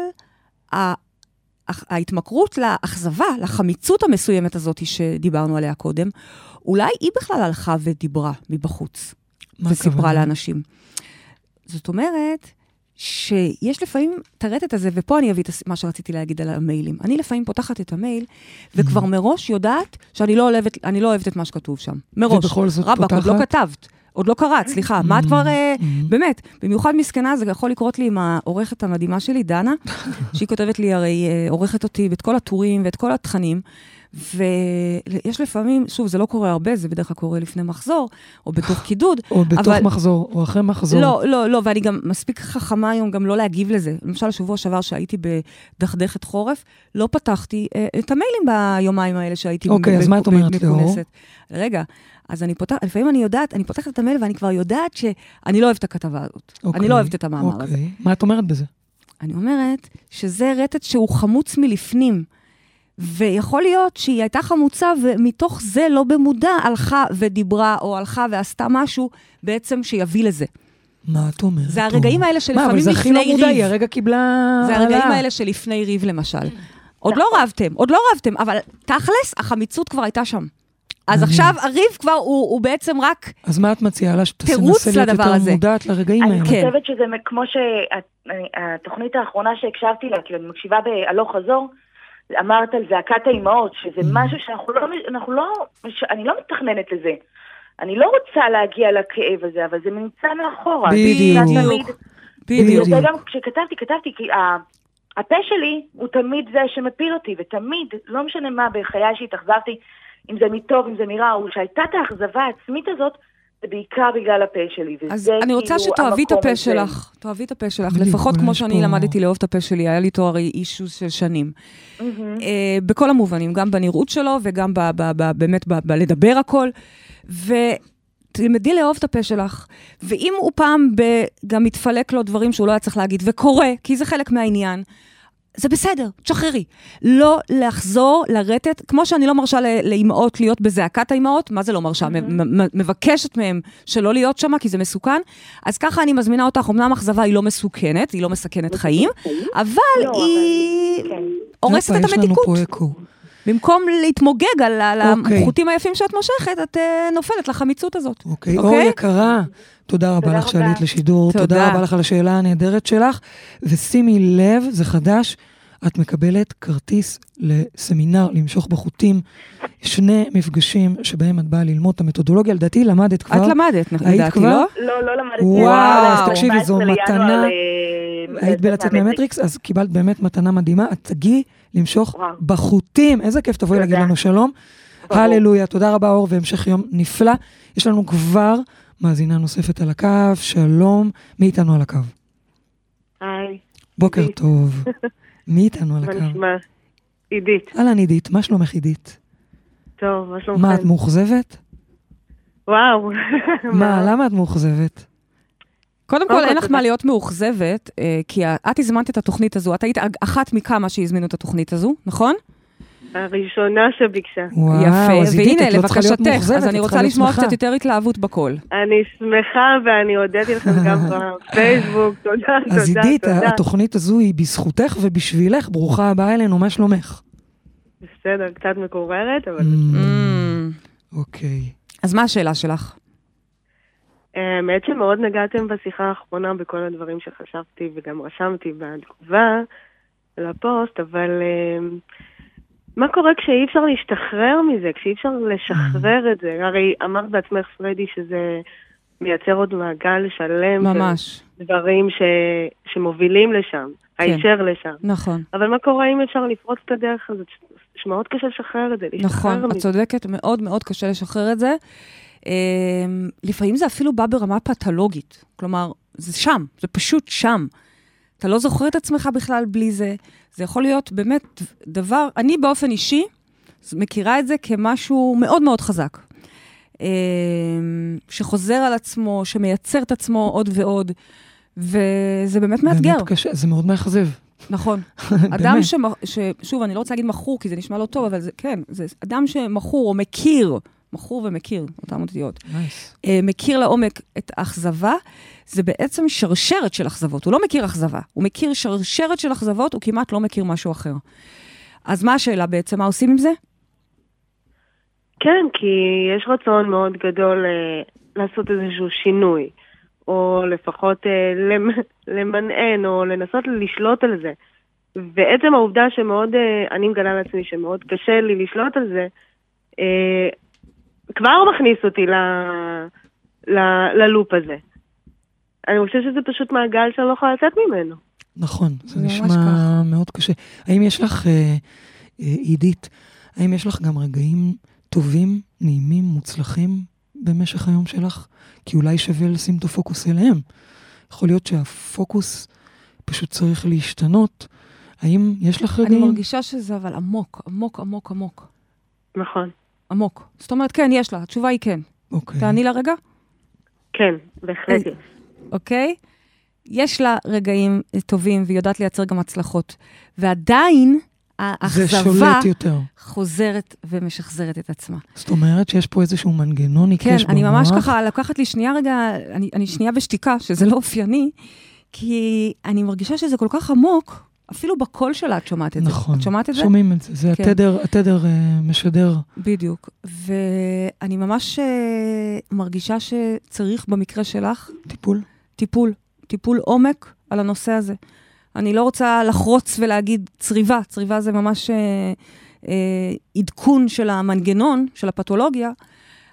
ההתמכרות לאכזבה, לחמיצות המסוימת הזאת שדיברנו עליה קודם, אולי היא בכלל הלכה ודיברה מבחוץ, וסיפרה לאנשים. זאת אומרת, שיש לפעמים תרטט הזה, ופה אני אביא את מה שרציתי להגיד על המיילים. אני לפעמים פותחת את המייל, וכבר מראש יודעת שאני לא אוהבת את מה שכתוב שם. מראש. ובכל זאת רבק, פותחת? עוד לא כתבת. עוד לא קראת, סליחה, מה את כבר, באמת, במיוחד מסכנה, זה יכול לקרות לי עם העורכת המדהימה שלי, דנה, שהיא כותבת לי, הרי עורכת אותי את כל הטורים ואת כל התכנים, ויש לפעמים, שוב, זה לא קורה הרבה, זה בדרך כלל קורה לפני מחזור, או בתוך קידוד. או בתוך מחזור, או אחרי מחזור. לא, ואני גם מספיק חכמה היום גם לא להגיב לזה. למשל, השבוע שעבר שהייתי בדחדכת חורף, לא פתחתי את המיילים ביומיים האלה שהייתי מכונסת. אוקיי, אז מה את אומרת לאור? רגע, אז לפעמים אני פותחת את המייל ואני כבר יודעת שאני לא אוהבת את הכתבה הזאת. אני לא אוהבת את המאמר הזה. מה את אומרת בזה? אני אומרת שזה רטט שהוא חמוץ מלפנים, ויכול להיות שהיא הייתה חמוצה, ומתוך זה לא במודע הלכה ודיברה, או הלכה ועשתה משהו, בעצם שיביא לזה. מה את אומרת? זה הרגעים האלה שלפעמים לפני ריב. אבל זה הכי לא מודע, היא הרגע קיבלה... זה הרגעים האלה שלפני ריב למשל. עוד לא רבתם, אבל תכלס, החמיצות כבר הייתה שם. אז עכשיו הריב כבר הוא בעצם רק אז מה את מציעה לה תירוץ לדבר הזה? מודעת לרגעים האלה? אני חושבת שזה כמו שהתוכנית האחרונה שהקשבתי לה, כי אני מקשיבה בהלוך חזור, אמרת על זעקת האימהות, שזה משהו אני לא מתכננת לזה. אני לא רוצה להגיע לכאב הזה, אבל זה נמצא מאחורה. בדיוק. וזה גם כשכתבתי, כי הפה שלי הוא תמיד זה שמפיל אותי, ותמיד, לא משנה מה, בחיי שהתאכזבתי, אם זה מטוב, אם זה מרע, או שהייתה את האכזבה העצמית הזאת, זה בעיקר בגלל הפה שלי. אז אני רוצה שתאהבי את הפה שלך, תאהבי את הפה שלך, לפחות כמו שאני למדתי לאהוב את הפה שלי, היה לי תואר אישוס של שנים. בכל המובנים, גם בנראות שלו, וגם באמת בלדבר הכל, ותלמדי לאהוב את הפה שלך, ואם הוא פעם גם מתפלק לו דברים שהוא לא היה צריך להגיד, וקורא, כי זה חלק מהעניין, זה בסדר, תשחררי. לא לחזור, לרטט, כמו שאני לא מרשה לאמהות להיות בזעקת האמהות, מה זה לא מרשה? מבקשת מהם שלא להיות שמה, כי זה מסוכן. אז ככה אני מזמינה אותך, אמנם אכזבה היא לא מסוכנת, היא לא מסכנת חיים, אבל היא הורסת את המתיקות. במקום להתמוגג על החוטים היפים שאת מושכת, את נופלת לחמיצות הזאת. אוקיי, אור יקרה. תודה רבה לך שעלית לשידור, תודה רבה לך על השאלה הנהדרת שלך, ושימי לב, זה חדש, את מקבלת כרטיס לסמינר למשוך בחוטים, 2 מפגשים שבהם את באה ללמוד את המתודולוגיה, לדעתי למדת כבר. את למדת, לדעתי, לא? לא למדתי. וואו, אז תקשיבי, זו מתנה, היית בלצאת מהמטריקס, אז קיבלת באמת מתנה מדהימה, את תגיעי למשוך בחוטים, איזה כיף, תבואי להגיד לנו שלום, הללויה, תודה רבה אור, והמשך יום נפלא, יש לנו כבר מאזינה נוספת על הקו, שלום, מי איתנו על הקו? היי. בוקר טוב. מי איתנו על הקו? מה נשמע? עידית. אהלן עידית, מה שלומך עידית? טוב, מה שלומכם? מה, את מאוכזבת? וואו. מה, למה את מאוכזבת? קודם כל, אין לך מה להיות מאוכזבת, כי את הזמנת את התוכנית הזו, את היית אחת מכמה שהזמינו את התוכנית הזו, נכון? הראשונה שביקשה. יפה, והנה, לבקשתך, אז אני רוצה לשמוע קצת יותר התלהבות בכל. אני שמחה, ואני הודיתי לכם גם בפייסבוק, תודה. אז עידית, התוכנית הזו היא בזכותך ובשבילך, ברוכה הבאה אלינו, מה שלומך? בסדר, קצת מקוררת, אבל... אוקיי. אז מה השאלה שלך? האמת שמאוד נגעתם בשיחה האחרונה בכל הדברים שחשבתי, וגם רשמתי בתגובה לפוסט, אבל... מה קורה כשאי אפשר להשתחרר מזה, כשאי אפשר לשחרר את זה? הרי אמרת בעצמך, פרדי, שזה מייצר עוד מעגל שלם. ממש. דברים שמובילים לשם, הישר לשם. נכון. אבל מה קורה אם אפשר לפרוץ את הדרך הזאת? שמאוד קשה לשחרר את זה. נכון, את צודקת, מאוד מאוד קשה לשחרר את זה. לפעמים זה אפילו בא ברמה פתולוגית. כלומר, זה שם, זה פשוט שם. אתה לא זוכר את עצמך בכלל בלי זה. זה יכול להיות באמת דבר, אני באופן אישי מכירה את זה כמשהו מאוד מאוד חזק. שחוזר על עצמו, שמייצר את עצמו עוד ועוד, וזה באמת מאתגר. באמת קשה, זה מאוד מאכזב. נכון. אדם שוב, אני לא רוצה להגיד מכור, כי זה נשמע לא טוב, אבל זה, כן, זה אדם שמכור או מכיר, מכור ומכיר, אותם אותיות. מכיר לעומק את האכזבה, זה בעצם שרשרת של אכזבות. הוא לא מכיר אכזבה, הוא מכיר שרשרת של אכזבות, הוא כמעט לא מכיר משהו אחר. אז מה השאלה בעצם? מה עושים עם זה? כן, כי יש רצון מאוד גדול לעשות איזשהו שינוי, או לפחות למנען, או לנסות לשלוט על זה. ועצם העובדה שמאוד, אני מגלה לעצמי שמאוד קשה לי לשלוט על זה, כבר מכניס אותי ללופ הזה. אני חושב שזה פשוט מעגל שאני לא יכולה לצאת ממנו. נכון, זה נשמע מאוד קשה. האם יש לך, עידית, האם יש לך גם רגעים טובים, נעימים, מוצלחים במשך היום שלך? כי אולי שווה לשים את הפוקוס אליהם. יכול להיות שהפוקוס פשוט צריך להשתנות. האם יש לך רגעים? אני מרגישה שזה אבל עמוק, עמוק, עמוק, עמוק. נכון. עמוק. זאת אומרת, כן, יש לה. התשובה היא כן. אוקיי. תעני לה רגע? כן, בהחלט. אוקיי? יש לה רגעים טובים, והיא יודעת לייצר גם הצלחות. ועדיין, האכזבה חוזרת ומשחזרת את עצמה. זאת אומרת שיש פה איזשהו מנגנון עיקש במוח. כן, אני ממש ככה, לקחת לי שנייה רגע, אני שנייה בשתיקה, שזה לא אופייני, כי אני מרגישה שזה כל כך עמוק, אפילו בקול שלה את שומעת את זה. נכון, את שומעת את זה? שומעים את זה, זה התדר משדר. בדיוק, ואני ממש מרגישה שצריך במקרה שלך, טיפול עומק על הנושא הזה. אני לא רוצה לחרוץ ולהגיד צריבה, צריבה זה ממש עדכון של המנגנון, של הפתולוגיה,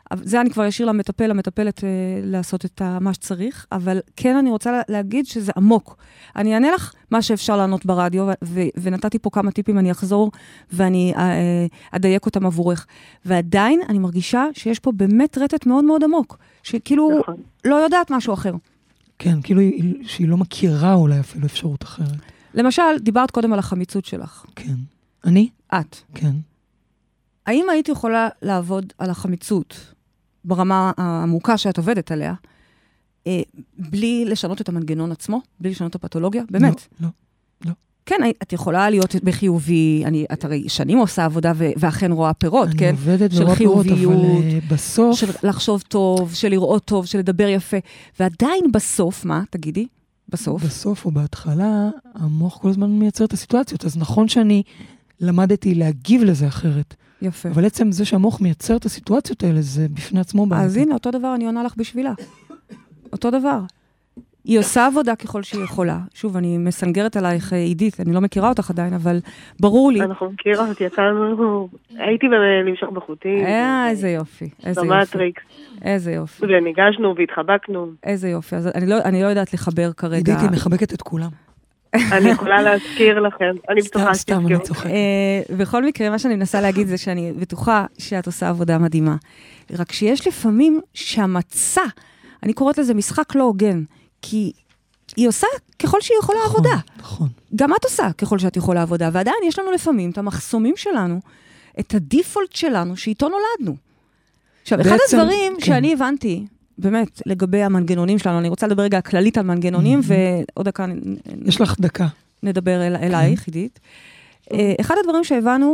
זה אני כבר ישאיר למטפלת לעשות את מה שצריך, אבל כן אני רוצה להגיד שזה עמוק. אני אענה לך מה שאפשר לענות ברדיו, ונתתי פה כמה טיפים, אני אחזור ואני אדייק אותם עבורך. ועדיין אני מרגישה שיש פה באמת רטט מאוד מאוד עמוק, שכאילו לא יודעת משהו אחר. כן, כאילו שהיא לא מכירה אולי אפילו אפשרות אחרת. למשל, דיברת קודם על החמיצות שלך. כן. אני? את. כן. האם היית יכולה לעבוד על החמיצות ברמה העמוקה שאת עובדת עליה, בלי לשנות את המנגנון עצמו? בלי לשנות את הפתולוגיה? באמת? לא. כן, את יכולה להיות בחיובי, את הרי שנים עושה עבודה ואכן רואה פירות, כן? אני עובדת ורואה פירות, אבל בסוף... של לחשוב טוב, של לראות טוב, של לדבר יפה. ועדיין בסוף, מה? תגידי, בסוף? בסוף או בהתחלה, המוח כל הזמן מייצר את הסיטואציות. אז נכון שאני למדתי להגיב לזה אחרת. יפה. אבל עצם זה שהמוח מייצר את הסיטואציות האלה, זה בפני עצמו בעצם. אז הנה, אותו דבר אני עונה לך בשבילה. אותו דבר. היא עושה עבודה ככל שהיא יכולה. שוב, אני מסנגרת עלייך, עידית, אני לא מכירה אותך עדיין, אבל ברור לי. אנחנו מכירות, יצאנו, הייתי למשך בחוטים. איזה יופי, איזה יופי. במטריקס. איזה יופי. וניגשנו והתחבקנו. איזה יופי, אז אני לא יודעת לחבר כרגע. עידית, היא מחבקת את כולם. אני יכולה להזכיר לכם, אני בטוחה סתם, אני צוחקת. בכל מקרה, מה שאני מנסה להגיד זה שאני בטוחה שאת עושה עבודה מדהימה. רק שיש לפעמים שהמצע, אני קוראת לזה משחק לא הוגן, כי היא עושה ככל שהיא יכולה עבודה. נכון. גם את עושה ככל שאת יכולה עבודה, ועדיין יש לנו לפעמים את המחסומים שלנו, את הדיפולט שלנו, שאיתו נולדנו. עכשיו, אחד הדברים שאני הבנתי, באמת, לגבי המנגנונים שלנו, אני רוצה לדבר רגע כללית על מנגנונים, ועוד דקה... יש לך דקה. נדבר אלייך, עידית. אחד הדברים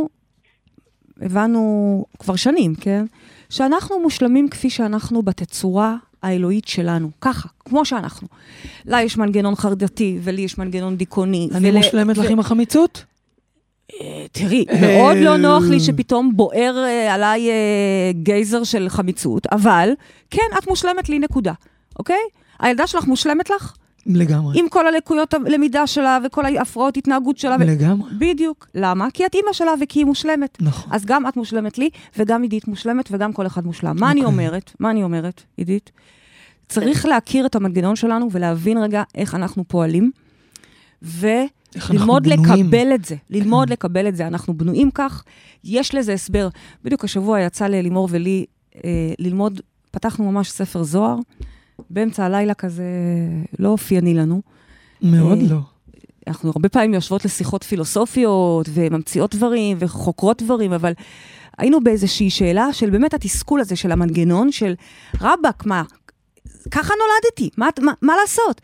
הבנו כבר שנים, כן? שאנחנו מושלמים כפי שאנחנו בתצורה האלוהית שלנו, ככה, כמו שאנחנו. לה יש מנגנון חרדתי, ולי יש מנגנון דיכאוני. אני מושלמת לך עם החמיצות? תראי, מאוד לא נוח לי שפתאום בוער עליי גייזר של חמיצות, אבל כן, את מושלמת לי נקודה, אוקיי? הילדה שלך מושלמת לך? לגמרי. עם כל הלקויות הלמידה שלה וכל ההפרעות התנהגות שלה. לגמרי. בדיוק. למה? כי את אימא שלה וכי היא מושלמת. נכון. אז גם את מושלמת לי, וגם עידית מושלמת, וגם כל אחד מושלם. מה אני אומרת? מה אני אומרת, עידית? צריך להכיר את המנגנון שלנו, ולהבין רגע איך אנחנו פועלים, וללמוד לקבל את זה. ללמוד לקבל את זה. אנחנו בנויים כך. יש לזה הסבר. בדיוק השבוע יצא ללימור ולי ללמוד, פתחנו ממש ספר זוהר, באמצע הלילה כזה לא אופייני לנו. מאוד לא. אנחנו הרבה פעמים יושבות לשיחות פילוסופיות, וממציאות דברים, וחוקרות דברים, אבל היינו באיזושהי שאלה של באמת התסכול הזה של המנגנון, של רבק, מה? ככה נולדתי, מה לעשות?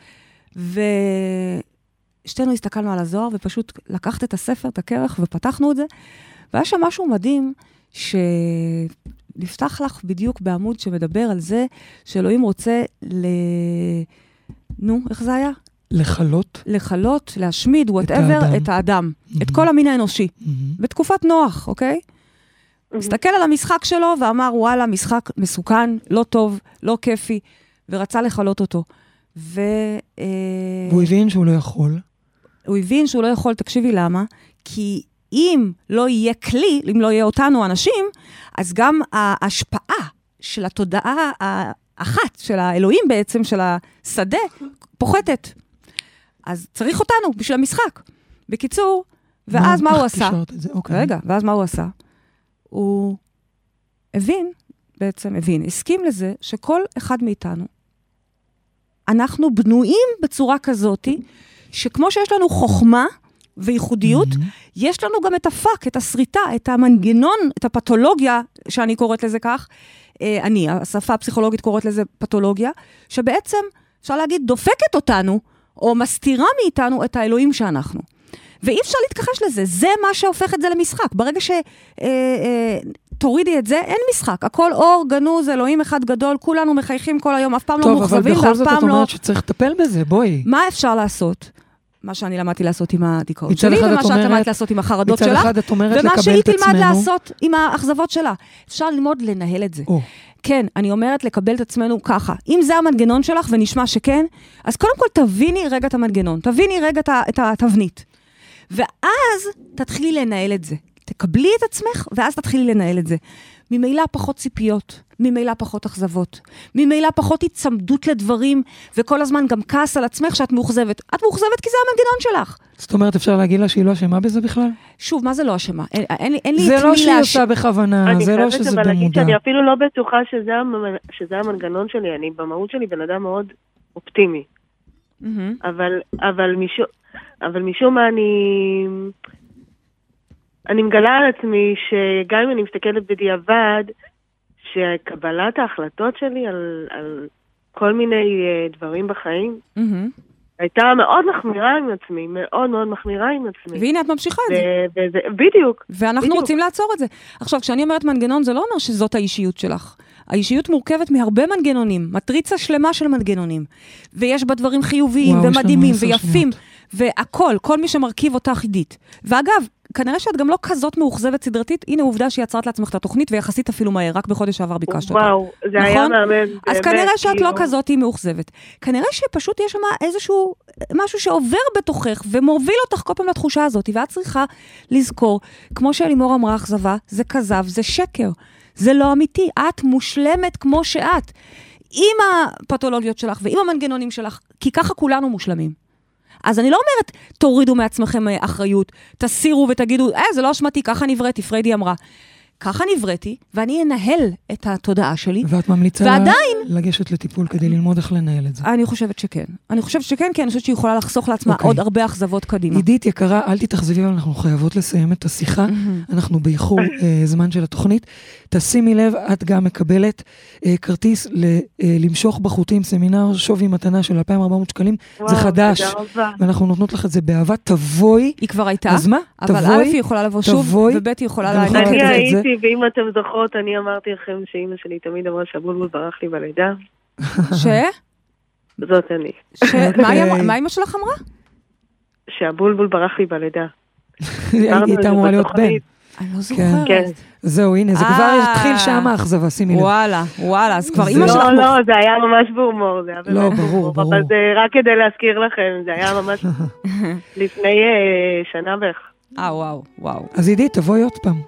ושתינו הסתכלנו על הזוהר, ופשוט לקחת את הספר, את הכרך, ופתחנו את זה, והיה שם משהו מדהים, נפתח לך בדיוק בעמוד שמדבר על זה, שאלוהים רוצה נו, איך זה היה? לחלות, להשמיד, whatever, את האדם. את כל המין האנושי. בתקופת נוח, אוקיי? הסתכל על המשחק שלו ואמר, וואלה, משחק מסוכן, לא טוב, לא כיפי, ורצה לחלות אותו. והוא הבין שהוא לא יכול. הוא הבין שהוא לא יכול, תקשיבי למה? כי אם לא יהיה כלי, אם לא יהיה אותנו אנשים, אז גם ההשפעה של התודעה האחת, של האלוהים בעצם, של השדה, פוחתת. אז צריך אותנו בשביל המשחק. בקיצור, ואז מה הוא עשה? רגע, ואז מה הוא עשה? הוא הסכים לזה שכל אחד מאיתנו, אנחנו בנויים בצורה כזאת, שכמו שיש לנו חוכמה וייחודיות, יש לנו גם את הפק, את הסריטה, את המנגנון, את הפתולוגיה, שאני קוראת לזה כך, השפה הפסיכולוגית קוראת לזה פתולוגיה, שבעצם, אפשר להגיד, דופקת אותנו, או מסתירה מאיתנו את האלוהים שאנחנו. ואי אפשר להתכחש לזה, זה מה שהופך את זה למשחק. ברגע שתורידי את זה, אין משחק. הכל אור, גנוז, אלוהים אחד גדול, כולנו מחייכים כל היום, אף פעם לא מוחזבים, טוב, אבל בכל זאת את אומרת שצריך לטפל בזה, בואי. מה אפשר לעשות? מה שאני למדתי לעשות עם הדיכאון שלי, ומה שאת למדת לעשות עם החרדות שלך, ומה שהיא תלמד לעשות עם האכזבות שלה. אפשר ללמוד לנהל את זה. כן, אני אומרת לקבל את עצמנו ככה. אם זה המנגנון שלך ונשמע שכן, אז קודם כל תביני רגע את המנגנון, תביני רגע את התבנית. ואז תתחילי לנהל את זה. תקבלי את עצמך, ואז תתחילי לנהל את זה. ממילא פחות ציפיות, ממילא פחות אכזבות, ממילא פחות הצמדות לדברים, וכל הזמן גם כעס על עצמך שאת מאוכזבת. את מאוכזבת כי זה המנגנון שלך. זאת אומרת, אפשר להגיד לה שהיא לא אשמה בזה בכלל? שוב, מה זה לא אשמה? אין לי את מי זה לא שהיא עושה בכוונה, זה לא שזה במודע. אני אפילו לא בטוחה שזה המנגנון שלי, אני במהות שלי בן אדם מאוד אופטימי. אבל משום מה אני מגלה על עצמי שגם אם אני מסתכלת בדיעבד, שקבלת ההחלטות שלי על כל מיני דברים בחיים, הייתה מאוד מחמירה עם עצמי, מאוד מאוד מחמירה עם עצמי. והנה את ממשיכה את זה. בדיוק. ואנחנו רוצים לעצור את זה. עכשיו, כשאני אומרת מנגנון, זה לא אומר שזאת האישיות שלך. האישיות מורכבת מהרבה מנגנונים, מטריצה שלמה של מנגנונים. ויש בה דברים חיוביים ומדהימים ויפים, והכל, כל מי שמרכיב אותך עידית. ואגב, כנראה שאת גם לא כזאת מאוכזבת סדרתית, הנה עובדה שיצרת לעצמך את התוכנית, ויחסית אפילו מהר, רק בחודש שעבר ביקשת אותה. וואו, זה היה מאמן. אז כנראה שאת לא כזאת מאוכזבת. כנראה שפשוט יש שם איזשהו, משהו שעובר בתוכך, ומוביל אותך כל פעם לתחושה הזאת, ואת צריכה לזכור, כמו שאלימור אמרה, אכזבה, זה כזב, זה שקר. זה לא אמיתי, את מושלמת כמו שאת. עם הפתולוגיות שלך, ועם המנגנונים שלך, כי ככה כולנו מושלמים. אז אני לא אומרת, תורידו מעצמכם אחריות, תסירו ותגידו, זה לא אשמתי, ככה נבראתי, פריידי אמרה. ככה נבראתי, ואני אנהל את התודעה שלי. ואת ממליצה ועדיין לגשת לטיפול כדי ללמוד איך לנהל את זה. אני חושבת שכן. אני חושבת שכן, כי אני חושבת שהיא יכולה לחסוך לעצמה עוד הרבה אכזבות קדימה. עידית יקרה, אל תתאכזבי, אבל אנחנו חייבות לסיים את השיחה. אנחנו באיחור זמן של התוכנית. תשימי לב, את גם מקבלת כרטיס למשוך בחוטים, סמינר שווי מתנה של 2,400 שקלים. זה חדש. ואנחנו נותנות לך את זה באהבה. תבואי. היא כבר הייתה. אז מה? אבל א' היא יכולה לבוא שוב, וב' היא יכולה להניק את זה. אני הייתי, ואם אתם זוכרות, אני אמרתי לכם שאמא שלי תמיד אמרה שהבולבול ברח לי בלידה. זאת אני. מה אמא שלך אמרה? שהבולבול ברח לי בלידה. הייתה אמורה להיות בן. אני לא זוכרת. זהו, הנה, זה כבר התחיל שם האכזבה, שימי לב. וואלה, אז כבר אמא שלך... לא, זה היה ממש בהומור. לא, ברור. אבל זה רק כדי להזכיר לכם, זה היה ממש לפני שנה בערך. וואו. אז עידית, תבואי עוד פעם.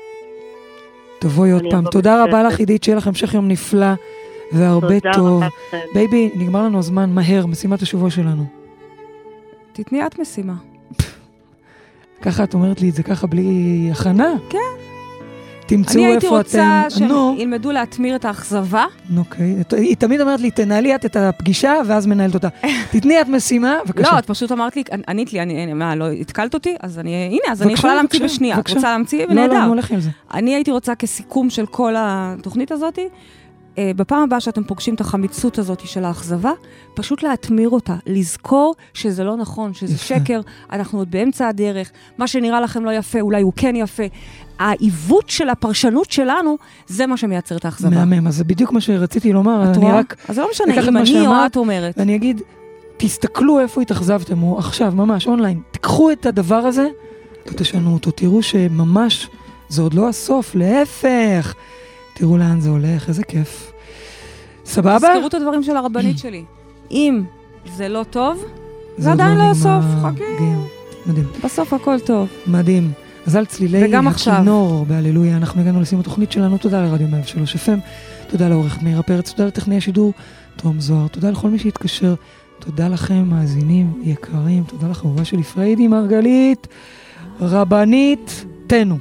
תודה רבה לך, עידית, שיהיה לך המשך יום נפלא והרבה טוב. בייבי, נגמר לנו הזמן מהר, משימת השבוע שלנו. תתני את משימה. ככה את אומרת לי את זה ככה בלי הכנה? כן. תמצאו איפה אתם... אני הייתי רוצה שהם ילמדו להתמיר את האכזבה. אוקיי. היא תמיד אומרת לי, תנהלי את הפגישה, ואז מנהלת אותה. תתני את משימה, בבקשה. לא, את פשוט אמרת לי, ענית לי, מה, לא התקלת אותי? אז אני יכולה להמציא בשנייה. את רוצה להמציא? נהדר. לא, הולך עם זה. אני הייתי רוצה כסיכום של כל התוכנית הזאת, בפעם הבאה שאתם פוגשים את החמיצות הזאת של האכזבה, פשוט להתמיר אותה, לזכור שזה לא נכון, שזה שקר, אנחנו עוד באמצע הדרך, מה שנראה לכם לא יפה, אולי הוא כן יפה. העיוות של הפרשנות שלנו, זה מה שמייצר את האכזבה. מהמם, אז זה בדיוק מה שרציתי לומר. את רואה? אז זה לא משנה, אם אני או את אומרת. ואני אגיד, תסתכלו איפה התאכזבתם, או עכשיו, ממש, אונליין, תיקחו את הדבר הזה, ותשנו אותו, תראו שממש, זה עוד לא הסוף, להפך. תראו לאן זה הולך, איזה כיף. סבבה? תזכרו את הדברים של הרבנית שלי. אם זה לא טוב, זה עדיין לא הסוף. מדהים. בסוף הכל טוב. מדהים. אז על צלילי הכינור בהללויה, אנחנו הגענו לסיום התוכנית שלנו. תודה לרדיו 103 FM, תודה לעורך מאיר הפרץ, תודה לטכנאי השידור תום זוהר, תודה לכל מי שהתקשר, תודה לכם מאזינים יקרים, תודה לך אהובה שלי פריידי מרגלית, רבנית תנו.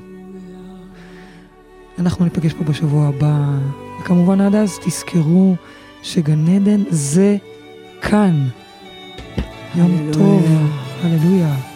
אנחנו ניפגש פה בשבוע הבא, וכמובן עד אז תזכרו שגן עדן זה כאן. יום טוב, הללויה.